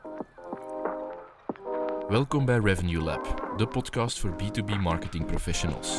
Welkom bij Revenue Lab, de podcast voor B2B marketing professionals.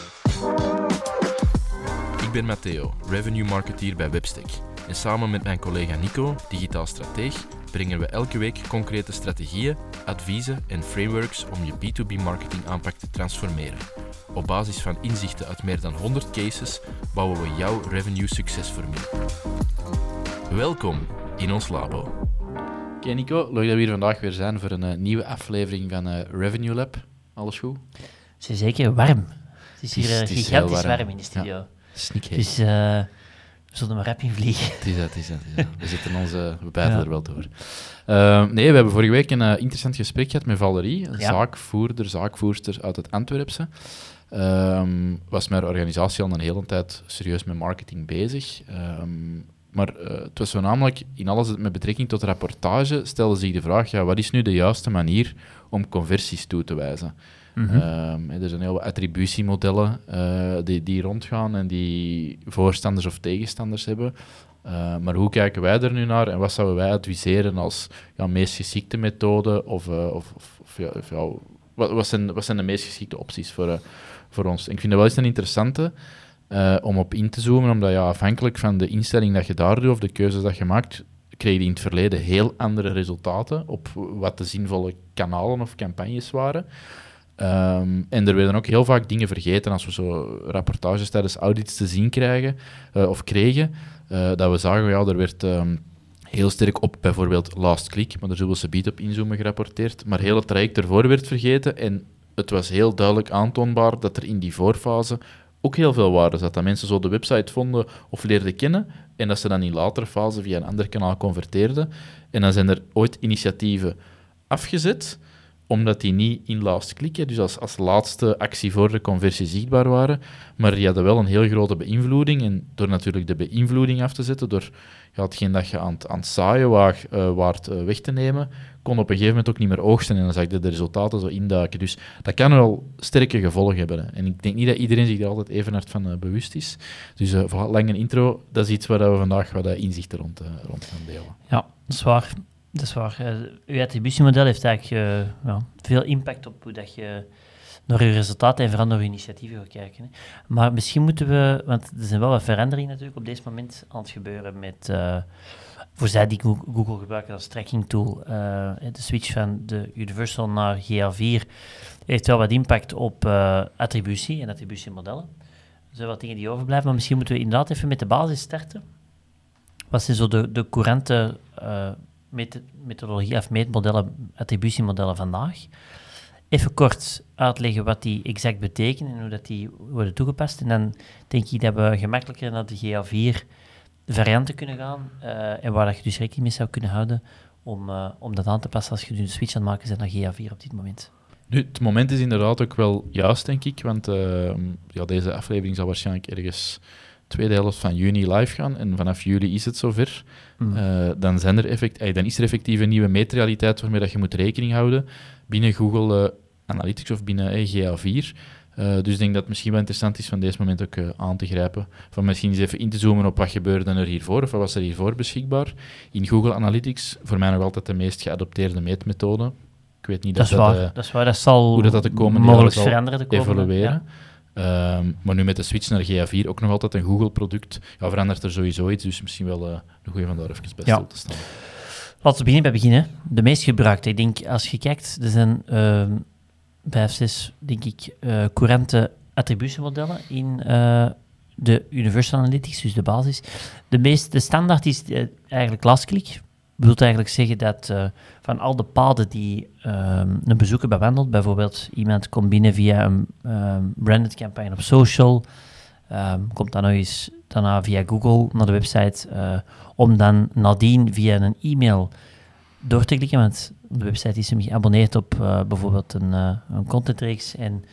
Ik ben Matteo, revenue marketeer bij Webstack. En samen met mijn collega Nico, digitaal strateeg, brengen we elke week concrete strategieën, adviezen en frameworks om je B2B marketing aanpak te transformeren. Op basis van inzichten uit meer dan 100 cases bouwen we jouw revenue succesformule. Welkom in ons labo. Oké, Nico, leuk dat we hier vandaag weer zijn voor een nieuwe aflevering van Revenue Lab. Alles goed? Het is zeker warm. Het is hier gigantisch warm in de studio. Ja, snikheet. Dus we zullen maar rap in vliegen. Het is dat. We zitten we bijten er wel door. We hebben vorige week een interessant gesprek gehad met Valerie, een zaakvoerster uit het Antwerpse. Was met haar organisatie al een hele tijd serieus met marketing bezig. Maar het was voornamelijk in alles met betrekking tot rapportage stelde zich de vraag, wat is nu de juiste manier om conversies toe te wijzen? Mm-hmm. Er zijn heel wat attributiemodellen die rondgaan en die voorstanders of tegenstanders hebben. Maar hoe kijken wij er nu naar en wat zouden wij adviseren als meest geschikte methode? Wat zijn de meest geschikte opties voor ons? En ik vind dat wel eens een interessante om op in te zoomen, omdat afhankelijk van de instelling dat je daar doet of de keuzes dat je maakt, kreeg je in het verleden heel andere resultaten op wat de zinvolle kanalen of campagnes waren. En er werden ook heel vaak dingen vergeten als we zo rapportages tijdens audits te zien kregen, dat we zagen, er werd heel sterk op bijvoorbeeld last click, maar daar zullen we subiet op inzoomen gerapporteerd, maar heel het traject ervoor werd vergeten en het was heel duidelijk aantoonbaar dat er in die voorfase ook heel veel waarde zat, dat mensen zo de website vonden of leerden kennen en dat ze dan in latere fase via een ander kanaal converteerden. En dan zijn er ooit initiatieven afgezet, omdat die niet in last click, dus als laatste actie voor de conversie zichtbaar waren, maar die hadden wel een heel grote beïnvloeding. En door natuurlijk de beïnvloeding af te zetten, door hetgeen dat je aan het zaaien waard weg te nemen, kon op een gegeven moment ook niet meer oogsten en dan zag je de resultaten zo induiken. Dus dat kan wel sterke gevolgen hebben. En ik denk niet dat iedereen zich daar altijd even hard van bewust is. Dus voor lange intro, dat is iets waar we vandaag wat inzichten rond gaan delen. Ja, dat is waar. Uw attributiemodel heeft eigenlijk veel impact op hoe dat je naar uw resultaten en vooral naar uw initiatieven gaat kijken. Hè. Maar misschien moeten we, want er zijn wel wat veranderingen natuurlijk op dit moment aan het gebeuren met, voor zij die Google gebruiken als tracking tool, de switch van de Universal naar GA4 heeft wel wat impact op attributie en attributiemodellen. Er zijn wat dingen die overblijven, maar misschien moeten we inderdaad even met de basis starten. Wat zijn zo de courante methodologie of meetmodellen, attributiemodellen vandaag. Even kort uitleggen wat die exact betekenen en hoe dat die worden toegepast. En dan denk ik dat we gemakkelijker naar de GA4 varianten kunnen gaan en waar dat je dus rekening mee zou kunnen houden om dat aan te passen als je de switch aan het maken bent naar GA4 op dit moment. Nu, het moment is inderdaad ook wel juist, denk ik, want deze aflevering zal waarschijnlijk ergens tweede helft van juni live gaan en vanaf juli is het zover. Dan is er effectief een nieuwe meetrealiteit waarmee dat je moet rekening houden binnen Google Analytics of binnen GA4. Dus ik denk dat het misschien wel interessant is van deze moment ook aan te grijpen. Van misschien eens even in te zoomen op wat gebeurde er hiervoor of wat was er hiervoor beschikbaar. In Google Analytics, voor mij nog altijd de meest geadopteerde meetmethode. Ik weet niet dat is waar. Dat zal hoe dat de komende mogelijk jaren veranderen evolueren. Ja. Maar nu met de switch naar GA4, ook nog altijd een Google-product, verandert er sowieso iets, dus misschien wel een goeie van daar even bij stil te staan. Laten we beginnen. De meest gebruikte, ik denk, als je kijkt, er zijn 5, 6, denk ik, courante attributiemodellen in de Universal Analytics, dus de basis. De standaard is eigenlijk last click. Dat wil eigenlijk zeggen dat van al de paden die een bezoeker bewandelt, bijvoorbeeld iemand komt binnen via een branded campagne op social, komt dan nog eens daarna via Google naar de website, om dan nadien via een e-mail door te klikken, want op de website is hem geabonneerd op bijvoorbeeld een contentreeks en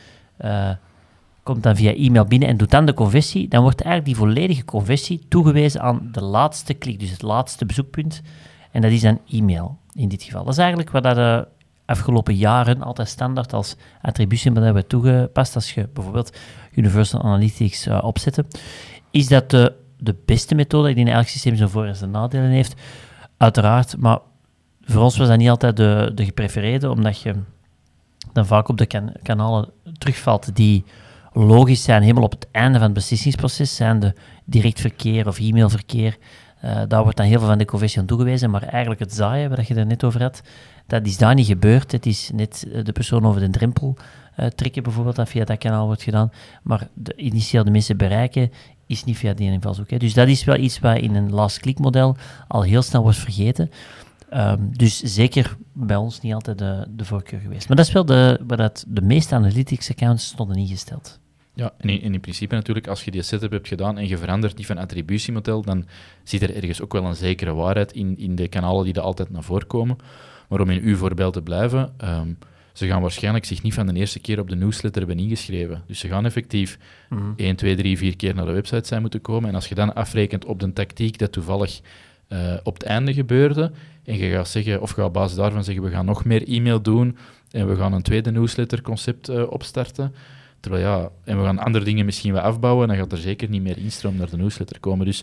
komt dan via e-mail binnen en doet dan de conversie, dan wordt eigenlijk die volledige conversie toegewezen aan de laatste klik, dus het laatste bezoekpunt. En dat is dan e-mail in dit geval. Dat is eigenlijk wat de afgelopen jaren altijd standaard als attributiemodel hebben toegepast. Als je bijvoorbeeld Universal Analytics opzette, is dat de beste methode. Ik denk dat elk systeem zijn voor- en zijn nadelen heeft, uiteraard. Maar voor ons was dat niet altijd de geprefereerde, omdat je dan vaak op de kanalen terugvalt die logisch zijn, helemaal op het einde van het beslissingsproces, zijn de direct verkeer of e-mailverkeer. Daar wordt dan heel veel van de conversie aan toegewezen, maar eigenlijk het zaaien, waar je er net over had, dat is daar niet gebeurd. Het is net de persoon over de drempel trekken bijvoorbeeld, dat via dat kanaal wordt gedaan, maar initieel de mensen bereiken is niet via die invalshoek. Hè. Dus dat is wel iets wat in een last-click model al heel snel wordt vergeten. Dus zeker bij ons niet altijd de voorkeur geweest. Maar dat is wel waar de meeste analytics-accounts stonden ingesteld. Ja, en in principe natuurlijk, als je die setup hebt gedaan en je verandert die van attributiemodel, dan zit er ergens ook wel een zekere waarheid in de kanalen die er altijd naar voren komen. Maar om in uw voorbeeld te blijven, ze gaan waarschijnlijk zich niet van de eerste keer op de newsletter hebben ingeschreven. Dus ze gaan effectief 1, 2, 3, 4 keer naar de website zijn moeten komen. En als je dan afrekent op de tactiek dat toevallig op het einde gebeurde, en je gaat zeggen, of je gaat op basis daarvan zeggen, we gaan nog meer e-mail doen en we gaan een tweede newsletter-concept opstarten, terwijl ja, en we gaan andere dingen misschien wel afbouwen, dan gaat er zeker niet meer instroom naar de newsletter komen. Dus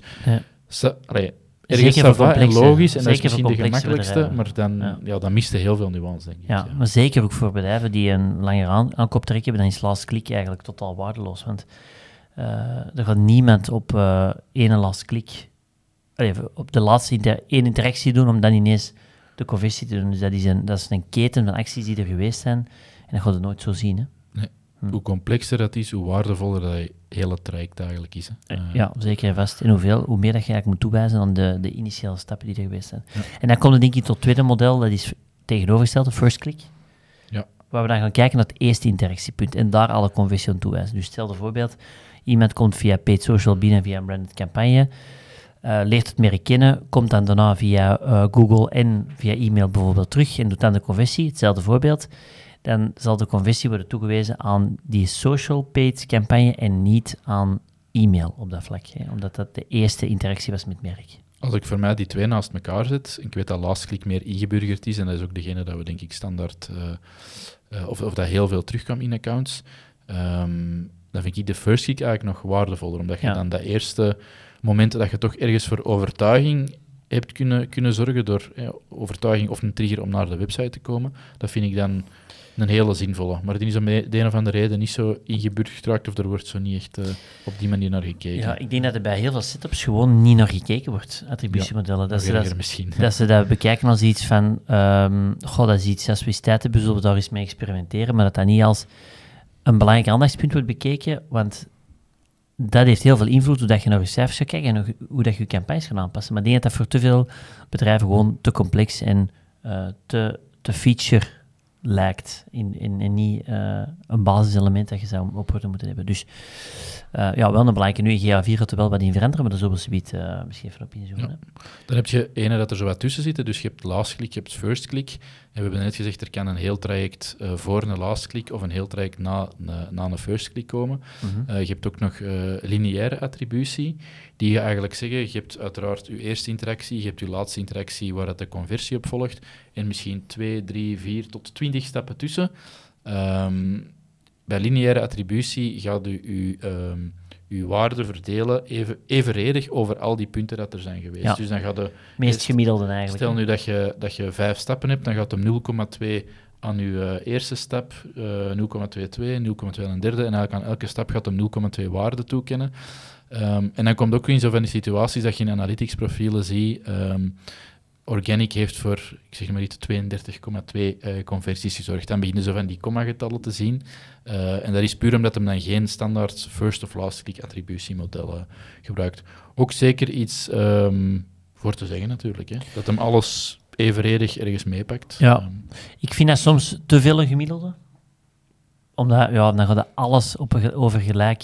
ergens ça va en logisch, en dat is misschien de gemakkelijkste, maar dan mist je heel veel nuance, denk ik. Ja, maar zeker ook voor bedrijven die een langere aankooptraject hebben, dan is last click eigenlijk totaal waardeloos, want er gaat niemand op één last click op de laatste één interactie doen om dan ineens de conversie te doen. Dus dat is een keten van acties die er geweest zijn en dat gaat je nooit zo zien. Hè. Nee. Hoe complexer dat is, hoe waardevoller dat hele traject eigenlijk is. Hè. Ja, zeker en vast. En hoe meer dat je eigenlijk moet toewijzen aan de initiële stappen die er geweest zijn. Ja. En dan komt het denk ik tot het tweede model, dat is tegenovergesteld, de first click. Ja. Waar we dan gaan kijken naar het eerste interactiepunt en daar alle conversie aan toewijzen. Dus stel bijvoorbeeld, iemand komt via paid social binnen via een branded campagne, leert het merk kennen, komt dan daarna via Google en via e-mail bijvoorbeeld terug en doet dan de conversie, hetzelfde voorbeeld, dan zal de conversie worden toegewezen aan die social paid campagne en niet aan e-mail op dat vlak, hè, omdat dat de eerste interactie was met het merk. Als ik voor mij die twee naast elkaar zet, ik weet dat last-click meer ingeburgerd is en dat is ook degene dat we denk ik standaard, of dat heel veel terugkwam in accounts, dan vind ik de first-click eigenlijk nog waardevoller, omdat je dan dat eerste momenten dat je toch ergens voor overtuiging hebt kunnen zorgen door overtuiging of een trigger om naar de website te komen, dat vind ik dan een hele zinvolle. Maar die is om de een of andere reden niet zo ingeburgerd geraakt of er wordt zo niet echt op die manier naar gekeken. Ja, ik denk dat er bij heel veel setups gewoon niet naar gekeken wordt, attributiemodellen. Dat ze dat bekijken als iets van, dat is iets, als we eens tijd hebben, zullen we daar eens mee experimenteren, maar dat dat niet als een belangrijk aandachtspunt wordt bekeken, want dat heeft heel veel invloed hoe dat je naar je cijfers gaat kijken en hoe dat je je campagnes gaat aanpassen. Maar ik denk dat dat voor te veel bedrijven gewoon te complex en te feature lijkt en niet een basiselement dat je zou op orde moeten hebben. Dus wel een belangrijke. Nu, GA4 gaat er wel wat in veranderen, maar daar zullen we zoiets misschien even op inzoomen. Ja. Dan heb je ene dat er zo wat tussen zitten, dus je hebt last click, je hebt first click. En we hebben net gezegd, er kan een heel traject voor een last click of een heel traject na een first click komen. Mm-hmm. Je hebt ook nog lineaire attributie, die je eigenlijk zeggen, je hebt uiteraard je eerste interactie, je hebt je laatste interactie waar het de conversie op volgt, en misschien 2, 3, 4 tot 20 stappen tussen. Bij lineaire attributie gaat uw waarde verdelen evenredig over al die punten dat er zijn geweest. Ja. Dus dan gaat de meest gemiddelde eigenlijk. Stel nu dat je 5 stappen hebt, dan gaat hem 0,2 aan uw eerste stap, 0,22, 0,2 aan een derde, en eigenlijk aan elke stap gaat hem 0,2 waarde toekennen. En dan komt ook in zo van die situaties dat je in analytics profielen ziet, organic heeft voor, ik zeg maar iets, 32,2 conversies gezorgd. Dan beginnen zo van die komma-getallen te zien. En dat is puur omdat hem dan geen standaard first of last click attributiemodel gebruikt. Ook zeker iets voor te zeggen natuurlijk, hè? Dat hem alles evenredig ergens meepakt. Ja, ik vind dat soms te veel een gemiddelde. Omdat, dan gaat dat alles over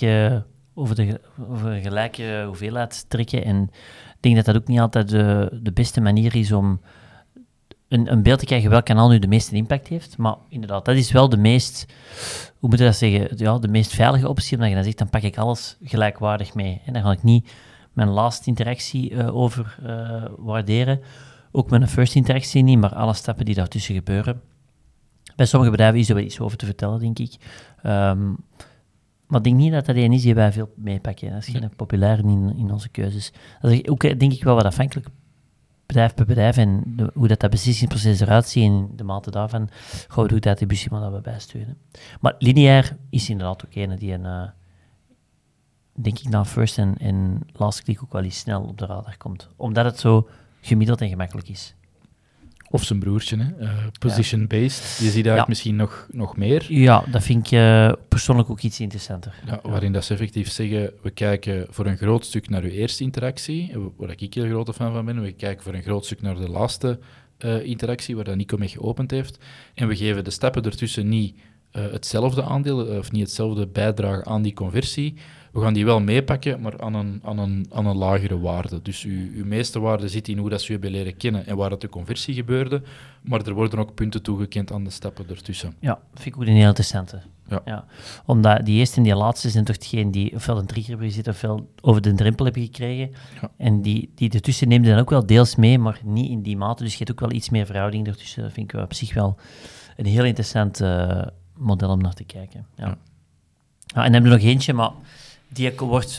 een gelijke hoeveelheid trekken. En ik denk dat dat ook niet altijd de beste manier is om een beeld te krijgen welk kanaal nu de meeste impact heeft. Maar inderdaad, dat is wel de meest, hoe moet je dat zeggen, de meest veilige optie. Omdat je dan zegt, dan pak ik alles gelijkwaardig mee. En dan ga ik niet mijn laatste interactie over waarderen. Ook mijn first interactie niet, maar alle stappen die daartussen gebeuren. Bij sommige bedrijven is er wel iets over te vertellen, denk ik. Maar ik denk niet dat dat een is die wij veel meepakken. Dat is geen populair in onze keuzes. Dat is ook, denk ik, wel wat afhankelijk bedrijf per bedrijf en hoe dat beslissingsproces eruit ziet en de mate daarvan gaan we ook de attributiemodel bijsturen. Maar lineair is inderdaad ook een die denk ik na first en last click ook wel eens snel op de radar komt. Omdat het zo gemiddeld en gemakkelijk is. Of zijn broertje, hè? Position-based. Je ziet eigenlijk misschien nog meer. Ja, dat vind ik persoonlijk ook iets interessanter. Ja, waarin dat ze effectief zeggen, we kijken voor een groot stuk naar uw eerste interactie, waar ik heel grote fan van ben. We kijken voor een groot stuk naar de laatste interactie, waar dat Nico mee geopend heeft. En we geven de stappen ertussen niet hetzelfde aandeel, of niet hetzelfde bijdrage aan die conversie. We gaan die wel meepakken, maar aan een lagere waarde. Dus uw meeste waarde zit in hoe dat ze u hebben leren kennen en waar dat de conversie gebeurde. Maar er worden ook punten toegekend aan de stappen ertussen. Ja, vind ik ook een heel interessante. Ja. Omdat die eerste en die laatste zijn toch degene die ofwel een trigger hebben gezet ofwel over de drempel hebben gekregen. Ja. En die ertussen neemt dan ook wel deels mee, maar niet in die mate. Dus je hebt ook wel iets meer verhouding ertussen. Dat vind ik op zich wel een heel interessant model om naar te kijken. Ja. En dan hebben we nog eentje, maar die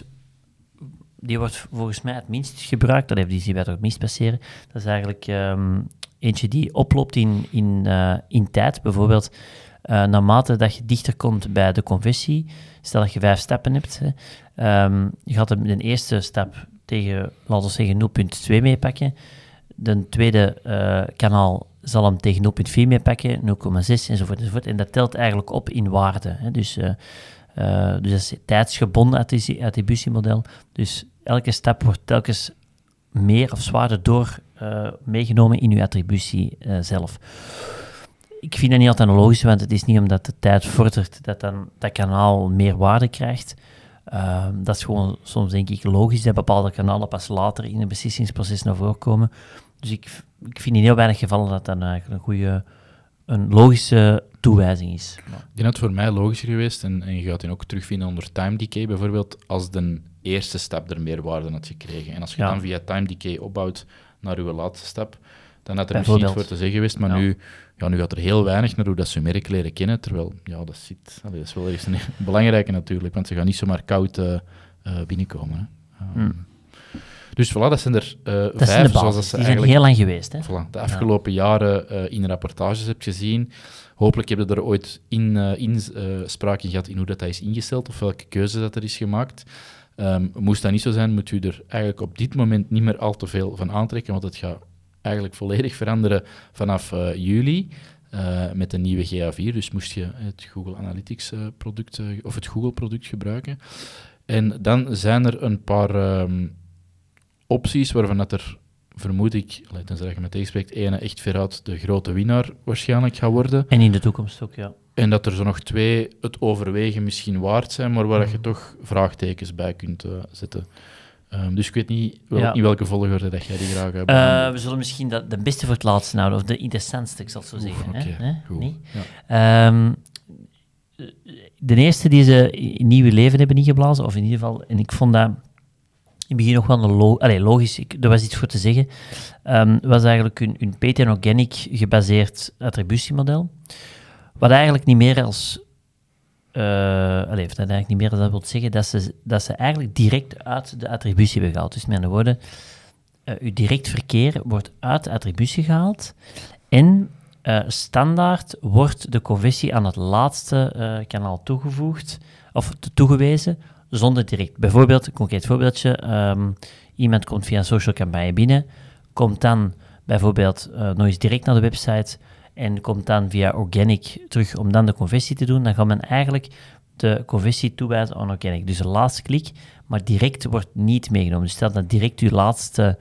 wordt volgens mij het minst gebruikt. Dat die zien wij toch het minst passeren. Dat is eigenlijk eentje die oploopt in tijd. Bijvoorbeeld, naarmate dat je dichter komt bij de conversie, stel dat je 5 stappen hebt, je gaat de eerste stap tegen, laten we zeggen, 0,2 meepakken. De tweede kanaal zal hem tegen 0,4 meepakken, 0,6 enzovoort enzovoort. En dat telt eigenlijk op in waarde. Dus dat is tijdsgebonden attributiemodel. Dus elke stap wordt telkens meer of zwaarder door meegenomen in uw attributie zelf. Ik vind dat niet altijd logisch, want het is niet omdat de tijd vordert dat dan dat kanaal meer waarde krijgt. Dat is gewoon soms denk ik logisch dat bepaalde kanalen pas later in het beslissingsproces naar voren komen. Dus ik vind in heel weinig gevallen dat dan eigenlijk een logische toewijzing is. Ik denk dat het voor mij logischer geweest, en je gaat die ook terugvinden onder time decay, bijvoorbeeld als de eerste stap er meer waarde had gekregen. En als je dan via time decay opbouwt naar uw laatste stap, dan had er misschien iets voor te zeggen geweest, maar nu gaat er heel weinig naar hoe dat ze hun merk leren kennen, terwijl, dat is wel ergens een belangrijke natuurlijk, want ze gaan niet zomaar koud binnenkomen. Dus voilà, dat zijn er 5, zoals dat ze die zijn heel lang geweest. Hè? Voilà, de afgelopen jaren in rapportages heb gezien. Hopelijk heb je er ooit inspraak in gehad in hoe dat is ingesteld of welke keuze dat er is gemaakt. Moest dat niet zo zijn, moet u er eigenlijk op dit moment niet meer al te veel van aantrekken, want het gaat eigenlijk volledig veranderen vanaf juli met de nieuwe GA4. Dus moest je het Google Analytics product of het Google product gebruiken. En dan zijn er een paar opties waarvan dat er, vermoed ik, tenzij je met tegenspreekt, ene echt veruit de grote winnaar waarschijnlijk gaat worden. En in de toekomst ook, ja. En dat er zo nog 2 het overwegen misschien waard zijn, maar waar je toch vraagtekens bij kunt zetten. Dus ik weet niet in welke volgorde dat jij die graag hebt. We zullen misschien de beste voor het laatste houden, of de interessantste, ik zal het zo zeggen. Okay, nee? Ja. De eerste die ze in nieuw leven hebben ingeblazen, of in ieder geval, en ik vond dat in het begin nog wel logisch, er was iets voor te zeggen, was eigenlijk een Paid Organic gebaseerd attributiemodel, wat eigenlijk niet meer als dat wil zeggen dat ze eigenlijk direct uit de attributie hebben gehaald. Dus met andere woorden, uw direct verkeer wordt uit de attributie gehaald en standaard wordt de conversie aan het laatste kanaal toegevoegd of toegewezen zonder direct. Bijvoorbeeld, een concreet voorbeeldje, iemand komt via een social campagne binnen, komt dan bijvoorbeeld nog eens direct naar de website en komt dan via organic terug om dan de conversie te doen, dan gaat men eigenlijk de conversie toewijzen aan organic. Dus de laatste klik, maar direct wordt niet meegenomen. Dus stel dat direct uw laatste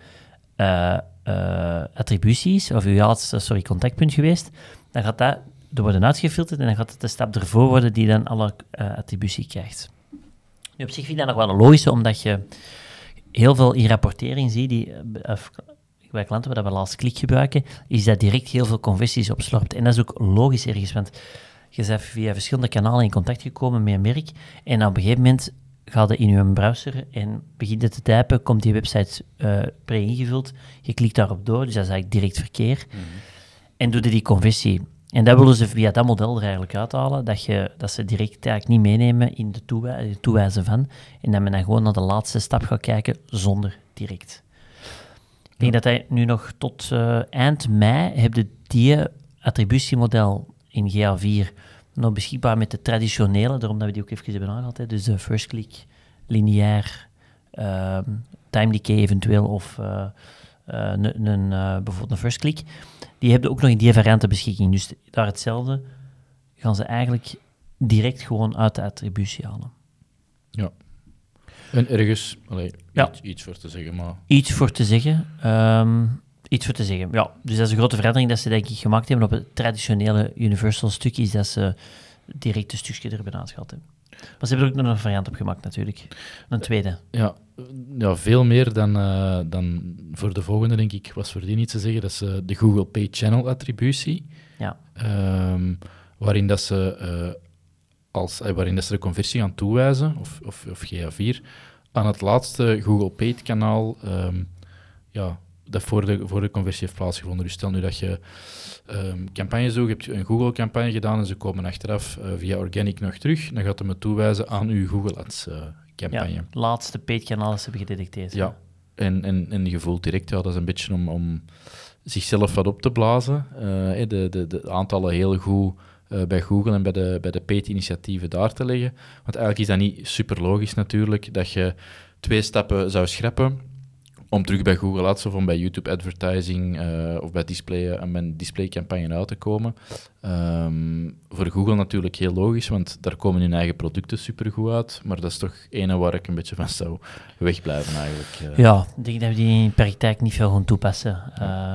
attributie is, of uw laatste contactpunt geweest, dan gaat dat er worden uitgefilterd en dan gaat het de stap ervoor worden die dan alle attributie krijgt. Nu, op zich vind ik dat nog wel logisch, omdat je heel veel in rapportering ziet, bij klanten waar we laatste klik gebruiken, is dat direct heel veel conversies opslorpt. En dat is ook logisch ergens, want je bent via verschillende kanalen in contact gekomen met een merk en op een gegeven moment ga je in je browser en begint het te typen, komt die website pre-ingevuld, je klikt daarop door, dus dat is eigenlijk direct verkeer, en doe je die conversie. En dat willen ze via dat model er eigenlijk uithalen, dat ze direct eigenlijk niet meenemen in de toewijzen van, en dat men dan gewoon naar de laatste stap gaat kijken zonder direct. denk dat hij nu nog tot eind mei heb je die attributiemodel in GA4 nog beschikbaar met de traditionele, daarom dat we die ook even hebben aangehaald. Hè. Dus de first click, lineair, time decay eventueel of bijvoorbeeld een first click. Die hebben ook nog in die varianten beschikking. Dus daar hetzelfde gaan ze eigenlijk direct gewoon uit de attributie halen. Ja. En ergens, Ja. iets voor te zeggen, maar... Iets voor te zeggen, ja. Dus dat is een grote verandering dat ze denk ik gemaakt hebben op het traditionele Universal stuk, is dat ze direct een stukje er benauwd gehad hebben. Maar ze hebben er ook nog een variant op gemaakt natuurlijk. Een tweede. Ja, veel meer dan voor de volgende, denk ik, was voor die niet te zeggen. Dat is de Google Pay Channel attributie. Ja. Waarin dat ze de conversie gaan toewijzen, of GA4, aan het laatste Google Paid kanaal dat voor de conversie heeft plaatsgevonden. Dus stel nu dat je campagnes doet, je hebt een Google-campagne gedaan en ze komen achteraf via Organic nog terug, dan gaat hem het toewijzen aan uw Google Ads-campagne. Ja, laatste paid kanaal dat ze hebben gedetecteerd. Ja, en je voelt direct, dat is een beetje om zichzelf wat op te blazen. De aantallen heel goed bij Google en bij de paid-initiatieven daar te leggen. Want eigenlijk is dat niet super logisch natuurlijk, dat je 2 stappen zou schrappen om terug bij Google Ads of om bij YouTube Advertising of bij een displaycampagne uit te komen. Voor Google natuurlijk heel logisch, want daar komen hun eigen producten supergoed uit, maar dat is toch ene waar ik een beetje van zou wegblijven eigenlijk. Ja, ik denk dat we die in de praktijk niet veel gaan toepassen.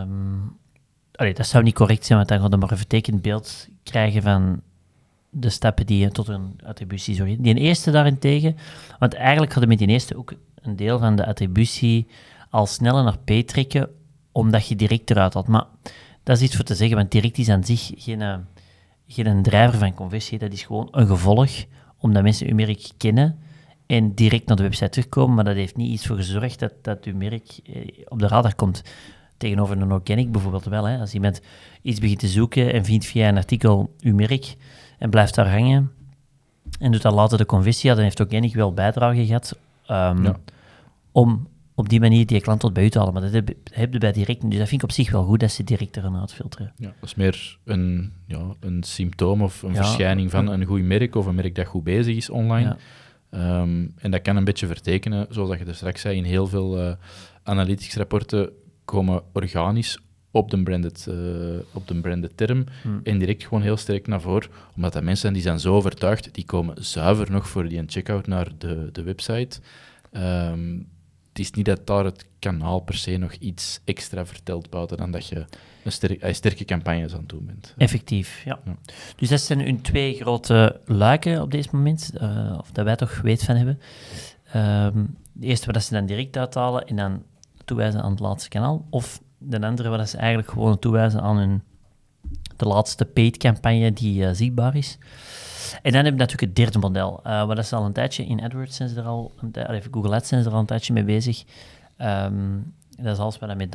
Dat zou niet correct zijn, want dan gaan we maar een vertekend beeld krijgen van de stappen die tot een attributie zorgen. Die eerste daarentegen, want eigenlijk hadden we met die eerste ook een deel van de attributie al sneller naar P trekken, omdat je direct eruit had. Maar dat is iets voor te zeggen, want direct is aan zich geen drijver van conversie. Dat is gewoon een gevolg, omdat mensen uw merk kennen en direct naar de website terugkomen, maar dat heeft niet iets voor gezorgd dat uw merk op de radar komt. Tegenover een organic bijvoorbeeld wel. Hè. Als iemand iets begint te zoeken en vindt via een artikel uw merk en blijft daar hangen en doet dan later de conversie, dan heeft organic wel bijdrage gehad om op die manier die klant tot bij u te halen. Maar dat heb je bij direct. Dus dat vind ik op zich wel goed dat ze direct er aan uitfilteren. Ja, dat is meer een symptoom of een verschijning van een goed merk of een merk dat goed bezig is online. Ja. En dat kan een beetje vertekenen, zoals dat je er straks zei, in heel veel analytics rapporten komen organisch op de branded term en direct gewoon heel sterk naar voren, omdat dat mensen die zijn zo overtuigd, die komen zuiver nog voor die checkout naar de website. Het is niet dat daar het kanaal per se nog iets extra vertelt buiten dan dat je een sterke campagnes aan het doen bent. Effectief, ja. Dus dat zijn hun 2 grote luiken op dit moment, of dat wij toch weet van hebben. De eerste waar ze dan direct uithalen en dan toewijzen aan het laatste kanaal, of de andere waar ze eigenlijk gewoon toewijzen aan de laatste paid-campagne die zichtbaar is. En dan hebben we natuurlijk het derde model, waar dat ze al een tijdje in AdWords zijn ze er al, Google Ads zijn ze er al een tijdje mee bezig. Dat is alles wat dat met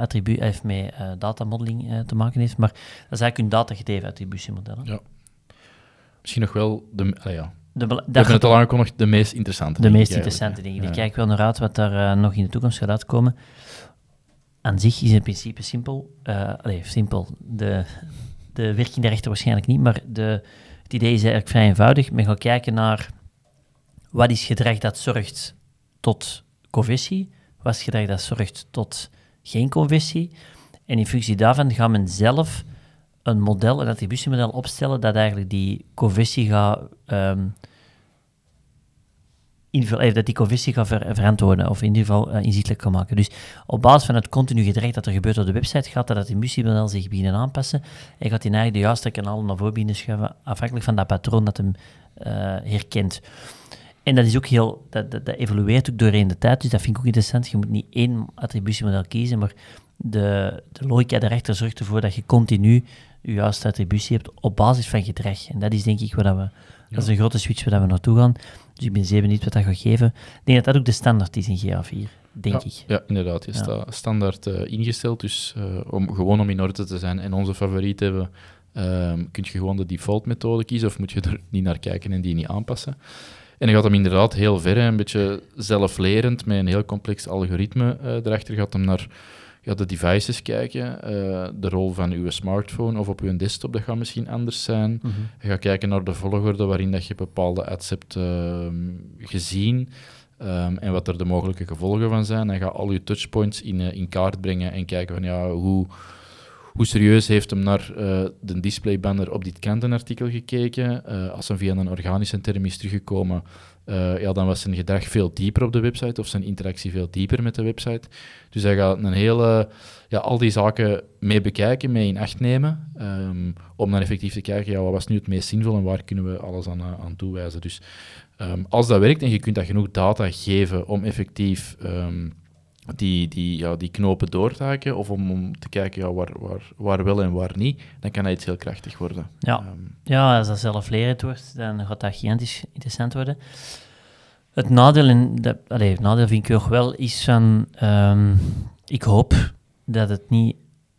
datamodeling te maken heeft, maar dat is eigenlijk een datagedreven attributiemodel. Ja. Misschien nog wel we hebben dat het al aangekondigd, de meest interessante dingen. De meest interessante dingen. Ik kijk wel naar uit wat daar nog in de toekomst gaat uitkomen. Aan zich is het in principe simpel. Simpel. De werking daarachter waarschijnlijk niet, maar het idee is eigenlijk vrij eenvoudig. Men gaat kijken naar wat is gedrag dat zorgt tot conversie, wat is gedrag dat zorgt tot geen conversie. En in functie daarvan gaat men zelf een attributiemodel opstellen dat eigenlijk die conversie gaat verantwoorden, of in ieder geval inzichtelijk kan maken. Dus op basis van het continu gedrag dat er gebeurt op de website, gaat dat attributiemodel zich beginnen aanpassen en gaat hij eigenlijk de juiste kanalen naar voren beginnen schuiven, afhankelijk van dat patroon dat hem herkent. En dat is ook dat evolueert ook doorheen de tijd, dus dat vind ik ook interessant. Je moet niet 1 attributiemodel kiezen, maar de logica daarachter zorgt ervoor dat je continu je juiste attributie hebt op basis van gedrag. En dat is denk ik dat is een grote switch waar we naartoe gaan. Dus ik ben zeer benieuwd wat dat gaat geven. Ik denk dat dat ook de standaard is in GA4, denk ik. Ja, inderdaad. Je staat standaard ingesteld, dus om in orde te zijn en onze favoriet hebben, kun je gewoon de default methode kiezen of moet je er niet naar kijken en die niet aanpassen. En dan gaat hem inderdaad heel ver, een beetje zelflerend, met een heel complex algoritme erachter, gaat hem naar de devices kijken. De rol van uw smartphone of op uw desktop, dat gaat misschien anders zijn. Je gaat kijken naar de volgorde waarin dat je bepaalde ads hebt gezien. En wat er de mogelijke gevolgen van zijn. Dan ga al je touchpoints in kaart brengen en kijken van ja, hoe serieus heeft hem naar de displaybanner op dit krantenartikel gekeken. Als hem via een organische term is teruggekomen, dan was zijn gedrag veel dieper op de website of zijn interactie veel dieper met de website. Dus hij gaat een hele, al die zaken mee bekijken, mee in acht nemen, om dan effectief te kijken, wat was nu het meest zinvol en waar kunnen we alles aan toewijzen. Dus als dat werkt en je kunt dat genoeg data geven om effectief die knopen door te haken, of om te kijken waar wel en waar niet, dan kan dat iets heel krachtig worden. Ja, als dat zelf lerend wordt, dan gaat dat gigantisch interessant worden. Het nadeel, het nadeel vind ik nog wel, is van... ik hoop dat het niet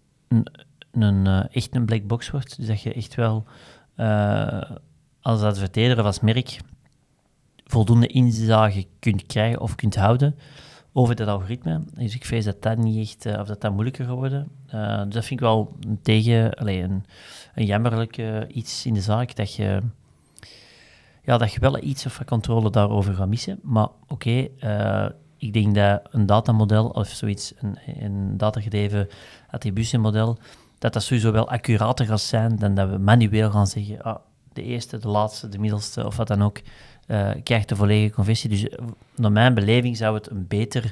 echt een black box wordt. Dus dat je echt wel als adverteerder of als merk voldoende inzage kunt krijgen of kunt houden over dat algoritme. Dus ik vrees dat dat niet echt, of dat moeilijker gaat worden. Dus dat vind ik wel een jammerlijk iets in de zaak, dat je wel iets of controle daarover gaat missen. Maar oké, ik denk dat een datamodel of zoiets, een datagedreven attributiemodel, dat sowieso wel accurater gaat zijn dan dat we manueel gaan zeggen, de eerste, de laatste, de middelste of wat dan ook, krijgt de volledige conversie. Dus naar mijn beleving zou het een beter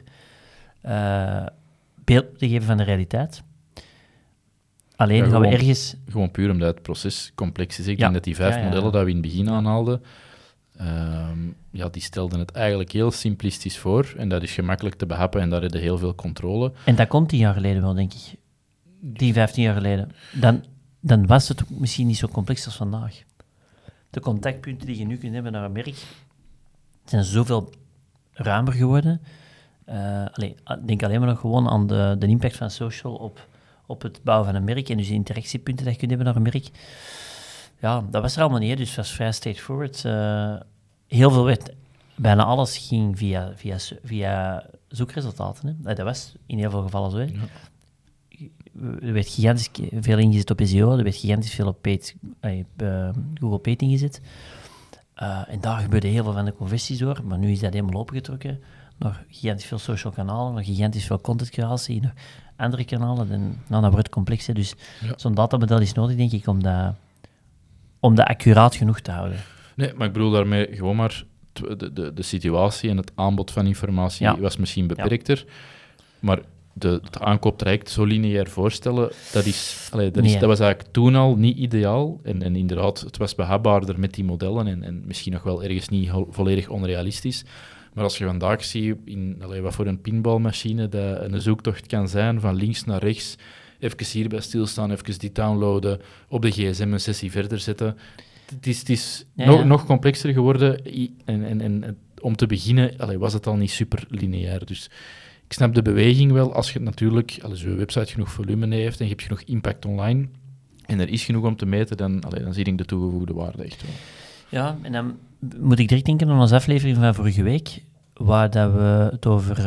beeld moeten geven van de realiteit. Alleen gaan we ergens... Gewoon puur omdat het proces complex is. Ik denk dat die 5 modellen dat we in het begin aanhaalden, die stelden het eigenlijk heel simplistisch voor. En dat is gemakkelijk te behappen en daar heb je heel veel controle. En dat komt 10 jaar geleden wel, denk ik. 15 jaar geleden. Dan was het misschien niet zo complex als vandaag. De contactpunten die je nu kunt hebben naar een merk zijn zoveel ruimer geworden. Denk alleen maar nog gewoon aan de impact van social op het bouwen van een merk en dus de interactiepunten die je kunt hebben naar een merk. Ja, dat was er allemaal niet, dus het was vrij straightforward. Heel veel bijna alles ging via zoekresultaten. Hè. Dat was in heel veel gevallen zo. Hè. Ja. Er werd gigantisch veel ingezet op SEO, er werd gigantisch veel op Google Paid ingezet. En daar gebeurde heel veel van de conversies door, maar nu is dat helemaal opengetrokken. Nog gigantisch veel social kanalen, nog gigantisch veel content creatie, nog andere kanalen. Dat wordt het complex. Hè. Dus zo'n datamodel is nodig, denk ik, om dat accuraat genoeg te houden. Nee, maar ik bedoel daarmee gewoon maar de situatie en het aanbod van informatie was misschien beperkter, maar het aankooptraject zo lineair voorstellen, dat was eigenlijk toen al niet ideaal. En inderdaad, het was behapbaarder met die modellen en misschien nog wel ergens niet volledig onrealistisch. Maar als je vandaag ziet wat voor een pinballmachine dat een zoektocht kan zijn, van links naar rechts, even hierbij stilstaan, even dit downloaden, op de gsm een sessie verder zetten. Het is nog complexer geworden. En om te beginnen was het al niet super lineair. Dus ik snap de beweging wel, als je natuurlijk, als je website genoeg volume heeft en je hebt genoeg impact online en er is genoeg om te meten, dan zie ik de toegevoegde waarde echt wel. Ja, en dan moet ik direct denken aan onze aflevering van vorige week, waar dat we het over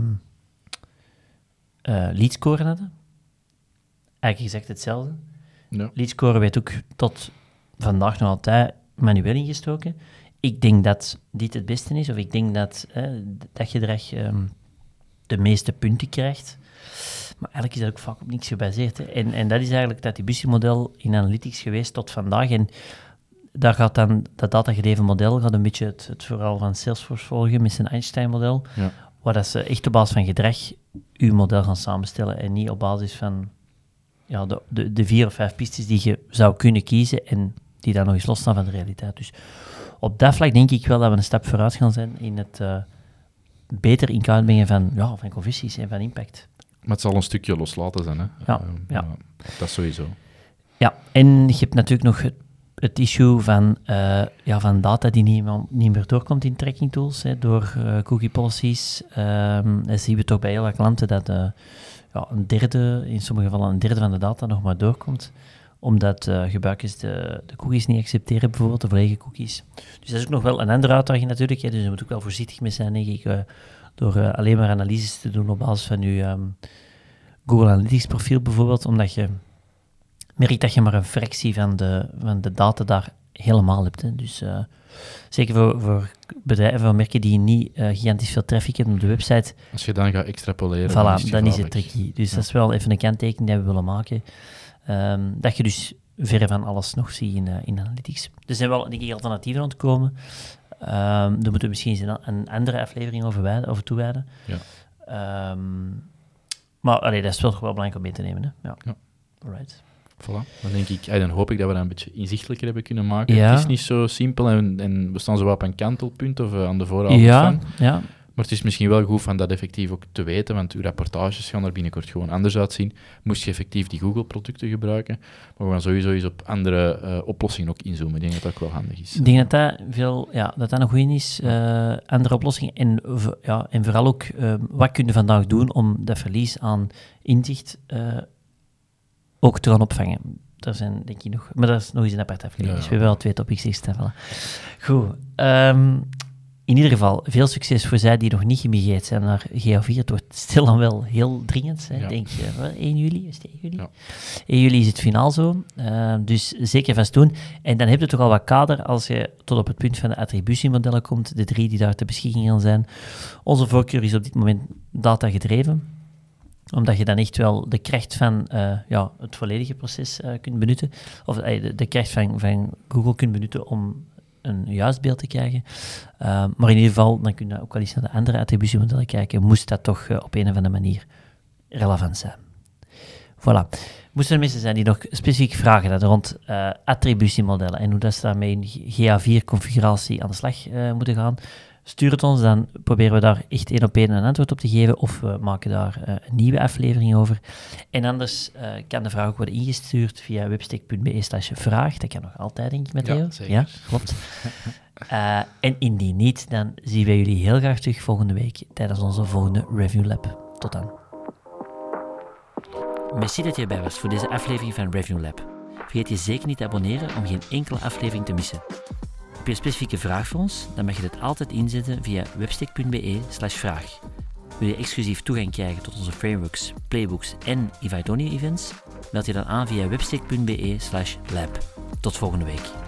leadscoren hadden. Eigenlijk gezegd hetzelfde. Ja. Leadscoren werd ook tot vandaag nog altijd manueel ingestoken. Ik denk dat dit het beste is, of ik denk dat gedrag de meeste punten krijgt. Maar eigenlijk is dat ook vaak op niks gebaseerd. Hè. En dat is eigenlijk het attributiemodel in Analytics geweest tot vandaag. En daar gaat dan dat datagedreven model gaat een beetje het verhaal van Salesforce volgen met zijn Einstein-model, waar dat ze echt op basis van gedrag uw model gaan samenstellen en niet op basis van de 4 of 5 pistes die je zou kunnen kiezen en die dan nog eens losstaan van de realiteit. Dus op dat vlak denk ik wel dat we een stap vooruit gaan zijn in het beter in kaart brengen van conversies en van impact. Maar het zal een stukje loslaten zijn, hè? Ja. Dat sowieso. Ja, en je hebt natuurlijk nog het issue van data die niet meer doorkomt in tracking tools, door cookie policies. Dan zien we toch bij heel veel klanten dat een derde, in sommige gevallen een derde van de data nog maar doorkomt, omdat gebruikers de cookies niet accepteren, bijvoorbeeld de volledige cookies. Dus dat is ook nog wel een andere uitdaging natuurlijk, hè, dus je moet ook wel voorzichtig mee zijn, denk ik, door alleen maar analyses te doen op basis van Google Analytics profiel bijvoorbeeld, omdat je merkt dat je maar een fractie van de data daar helemaal hebt. Hè. Dus zeker voor bedrijven, voor merken die niet gigantisch veel traffic hebben op de website. Als je dan gaat extrapoleren, Voilà, dan is het tricky. Dus dat is wel even een kanttekening die we willen maken. Dat je dus verre van alles nog ziet in Analytics. Er zijn wel, denk ik, alternatieven ontkomen. Daar moeten we misschien een andere aflevering over toewijden. Ja. Maar dat is wel belangrijk om mee te nemen. Hè? Ja. Alright. Voilà. Dan hoop ik dat we dat een beetje inzichtelijker hebben kunnen maken. Ja. Het is niet zo simpel en we staan zo op een kantelpunt of aan de vooravond van. Ja. Maar het is misschien wel goed van dat effectief ook te weten, want uw rapportages gaan er binnenkort gewoon anders uitzien. Moest je effectief die Google-producten gebruiken, maar we gaan sowieso eens op andere oplossingen ook inzoomen. Ik denk dat dat ook wel handig is. Ik denk dat een goeie is. Andere oplossingen. En vooral ook, wat kun je vandaag doen om dat verlies aan inzicht ook te gaan opvangen. Er zijn, denk ik, nog... Maar dat is nog eens een apart aflevering. Dus we hebben wel 2 topics ingesteld. Goed. In ieder geval, veel succes voor zij die nog niet gemigreerd zijn naar GA4. Het wordt stilaan wel heel dringend. Hè? Denk je, 1 juli? Is het 1 juli? Ja. 1 juli is het finaal zo. Dus zeker vast doen. En dan heb je toch al wat kader als je tot op het punt van de attributiemodellen komt. De 3 die daar ter beschikking gaan zijn. Onze voorkeur is op dit moment data gedreven. Omdat je dan echt wel de kracht van het volledige proces kunt benutten. Of de kracht van Google kunt benutten om een juist beeld te krijgen. Maar in ieder geval, dan kun je ook wel eens naar de andere attributiemodellen kijken. Moest dat toch op een of andere manier relevant zijn. Voilà. Moesten er mensen zijn die nog specifiek vragen hadden rond attributiemodellen en hoe dat ze daarmee in GA4-configuratie aan de slag moeten gaan, stuur het ons, dan proberen we daar echt 1 op 1 een antwoord op te geven, of we maken daar een nieuwe aflevering over. En anders kan de vraag ook worden ingestuurd via webstack.be/vraag. Dat kan nog altijd, denk ik, met Theo. Ja, zeker. Ja, klopt. En indien niet, dan zien wij jullie heel graag terug volgende week tijdens onze volgende Review Lab. Tot dan. Merci dat je erbij was voor deze aflevering van Review Lab. Vergeet je zeker niet te abonneren om geen enkele aflevering te missen. Heb je een specifieke vraag voor ons? Dan mag je dit altijd inzetten via webstack.be/vraag. Wil je exclusief toegang krijgen tot onze frameworks, playbooks en Ivaidoni events? Meld je dan aan via webstack.be/lab. Tot volgende week.